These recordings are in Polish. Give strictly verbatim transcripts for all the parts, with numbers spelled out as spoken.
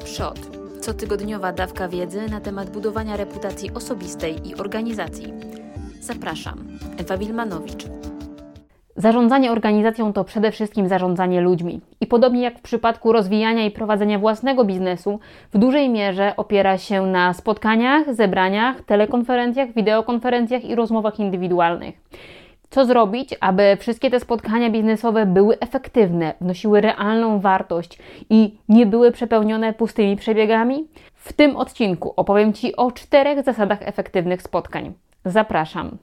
Przod. Cotygodniowa dawka wiedzy na temat budowania reputacji osobistej i organizacji. Zapraszam, Ewa Wilmanowicz. Zarządzanie organizacją to przede wszystkim zarządzanie ludźmi. I podobnie jak w przypadku rozwijania i prowadzenia własnego biznesu, w dużej mierze opiera się na spotkaniach, zebraniach, telekonferencjach, wideokonferencjach i rozmowach indywidualnych. Co zrobić, aby wszystkie te spotkania biznesowe były efektywne, wnosiły realną wartość i nie były przepełnione pustymi przebiegami? W tym odcinku opowiem Ci o czterech zasadach efektywnych spotkań. Zapraszam.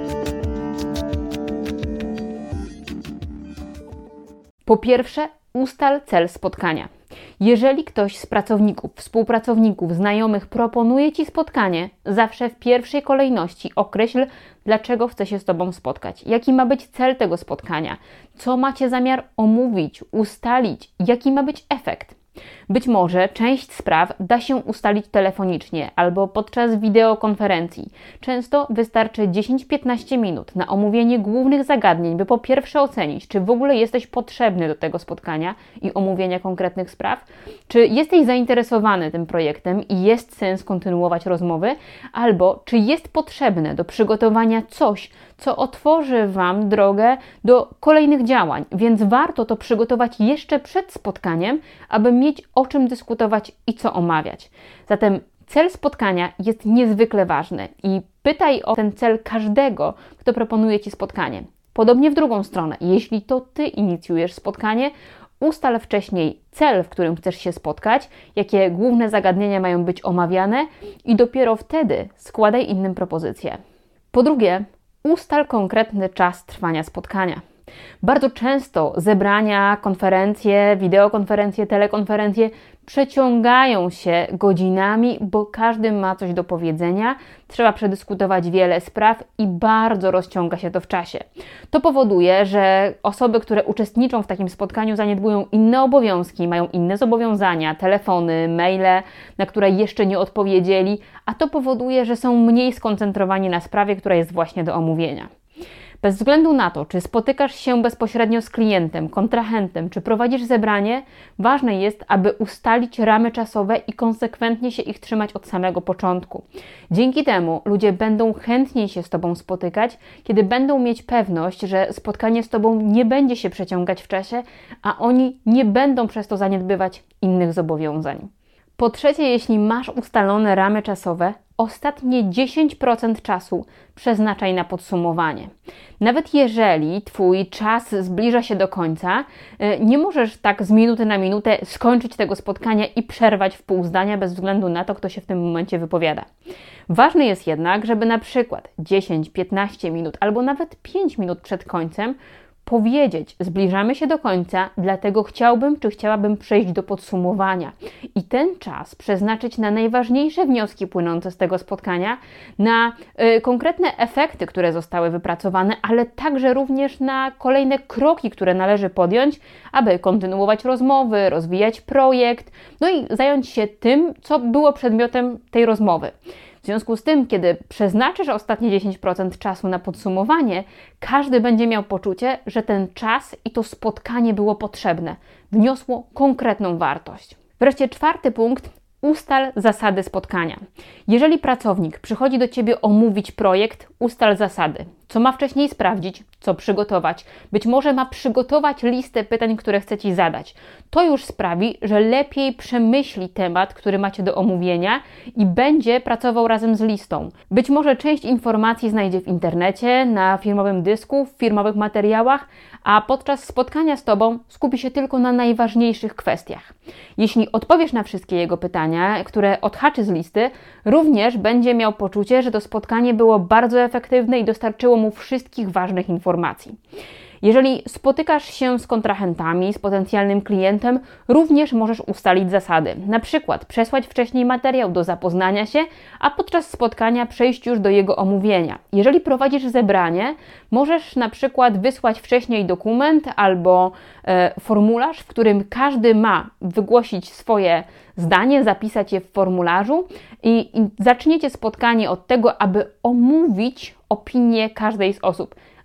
Po pierwsze, ustal cel spotkania. Jeżeli ktoś z pracowników, współpracowników, znajomych proponuje Ci spotkanie, zawsze w pierwszej kolejności określ, dlaczego chce się z Tobą spotkać, jaki ma być cel tego spotkania, co macie zamiar omówić, ustalić, jaki ma być efekt. Być może część spraw da się ustalić telefonicznie albo podczas wideokonferencji. Często wystarczy dziesięć do piętnastu minut na omówienie głównych zagadnień, by po pierwsze ocenić, czy w ogóle jesteś potrzebny do tego spotkania i omówienia konkretnych spraw, czy jesteś zainteresowany tym projektem i jest sens kontynuować rozmowy, albo czy jest potrzebne do przygotowania coś, co otworzy Wam drogę do kolejnych działań, więc warto to przygotować jeszcze przed spotkaniem, aby mieć o czym dyskutować i co omawiać. Zatem cel spotkania jest niezwykle ważny i pytaj o ten cel każdego, kto proponuje Ci spotkanie. Podobnie w drugą stronę, jeśli to Ty inicjujesz spotkanie, ustal wcześniej cel, w którym chcesz się spotkać, jakie główne zagadnienia mają być omawiane i dopiero wtedy składaj innym propozycje. Po drugie, ustal konkretny czas trwania spotkania. Bardzo często zebrania, konferencje, wideokonferencje, telekonferencje przeciągają się godzinami, bo każdy ma coś do powiedzenia, trzeba przedyskutować wiele spraw i bardzo rozciąga się to w czasie. To powoduje, że osoby, które uczestniczą w takim spotkaniu, zaniedbują inne obowiązki, mają inne zobowiązania, telefony, maile, na które jeszcze nie odpowiedzieli, a to powoduje, że są mniej skoncentrowani na sprawie, która jest właśnie do omówienia. Bez względu na to, czy spotykasz się bezpośrednio z klientem, kontrahentem, czy prowadzisz zebranie, ważne jest, aby ustalić ramy czasowe i konsekwentnie się ich trzymać od samego początku. Dzięki temu ludzie będą chętniej się z Tobą spotykać, kiedy będą mieć pewność, że spotkanie z Tobą nie będzie się przeciągać w czasie, a oni nie będą przez to zaniedbywać innych zobowiązań. Po trzecie, jeśli masz ustalone ramy czasowe, ostatnie dziesięć procent czasu przeznaczaj na podsumowanie. Nawet jeżeli Twój czas zbliża się do końca, nie możesz tak z minuty na minutę skończyć tego spotkania i przerwać w pół zdania bez względu na to, kto się w tym momencie wypowiada. Ważne jest jednak, żeby na przykład dziesięć do piętnastu minut albo nawet pięć minut przed końcem powiedzieć, zbliżamy się do końca, dlatego chciałbym czy chciałabym przejść do podsumowania i ten czas przeznaczyć na najważniejsze wnioski płynące z tego spotkania, na y, konkretne efekty, które zostały wypracowane, ale także również na kolejne kroki, które należy podjąć, aby kontynuować rozmowy, rozwijać projekt, no i zająć się tym, co było przedmiotem tej rozmowy. W związku z tym, kiedy przeznaczysz ostatnie dziesięć procent czasu na podsumowanie, każdy będzie miał poczucie, że ten czas i to spotkanie było potrzebne, wniosło konkretną wartość. Wreszcie czwarty punkt. Ustal zasady spotkania. Jeżeli pracownik przychodzi do Ciebie omówić projekt, ustal zasady. Co ma wcześniej sprawdzić, co przygotować. Być może ma przygotować listę pytań, które chce Ci zadać. To już sprawi, że lepiej przemyśli temat, który macie do omówienia i będzie pracował razem z listą. Być może część informacji znajdzie w internecie, na firmowym dysku, w firmowych materiałach, a podczas spotkania z Tobą skupi się tylko na najważniejszych kwestiach. Jeśli odpowiesz na wszystkie jego pytania, które odhaczy z listy, również będzie miał poczucie, że to spotkanie było bardzo efektywne i dostarczyło mu wszystkich ważnych informacji. Jeżeli spotykasz się z kontrahentami, z potencjalnym klientem, również możesz ustalić zasady. Na przykład przesłać wcześniej materiał do zapoznania się, a podczas spotkania przejść już do jego omówienia. Jeżeli prowadzisz zebranie, możesz na przykład wysłać wcześniej dokument albo e, formularz, w którym każdy ma wygłosić swoje zdanie, zapisać je w formularzu i, i zaczniecie spotkanie od tego, aby omówić opinię każdej z osób,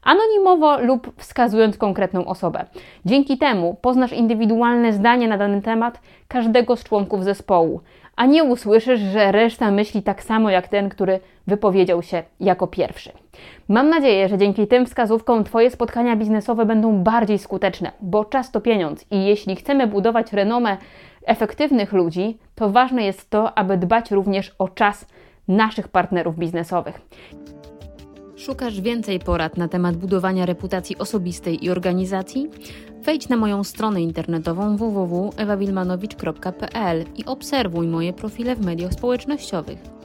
anonimowo lub wskazując konkretną osobę. Dzięki temu poznasz indywidualne zdanie na dany temat każdego z członków zespołu, a nie usłyszysz, że reszta myśli tak samo jak ten, który wypowiedział się jako pierwszy. Mam nadzieję, że dzięki tym wskazówkom Twoje spotkania biznesowe będą bardziej skuteczne, bo czas to pieniądz i jeśli chcemy budować renomę efektywnych ludzi, to ważne jest to, aby dbać również o czas naszych partnerów biznesowych. Szukasz więcej porad na temat budowania reputacji osobistej i organizacji? Wejdź na moją stronę internetową w w w kropka ewa wilmanowicz kropka p l i obserwuj moje profile w mediach społecznościowych.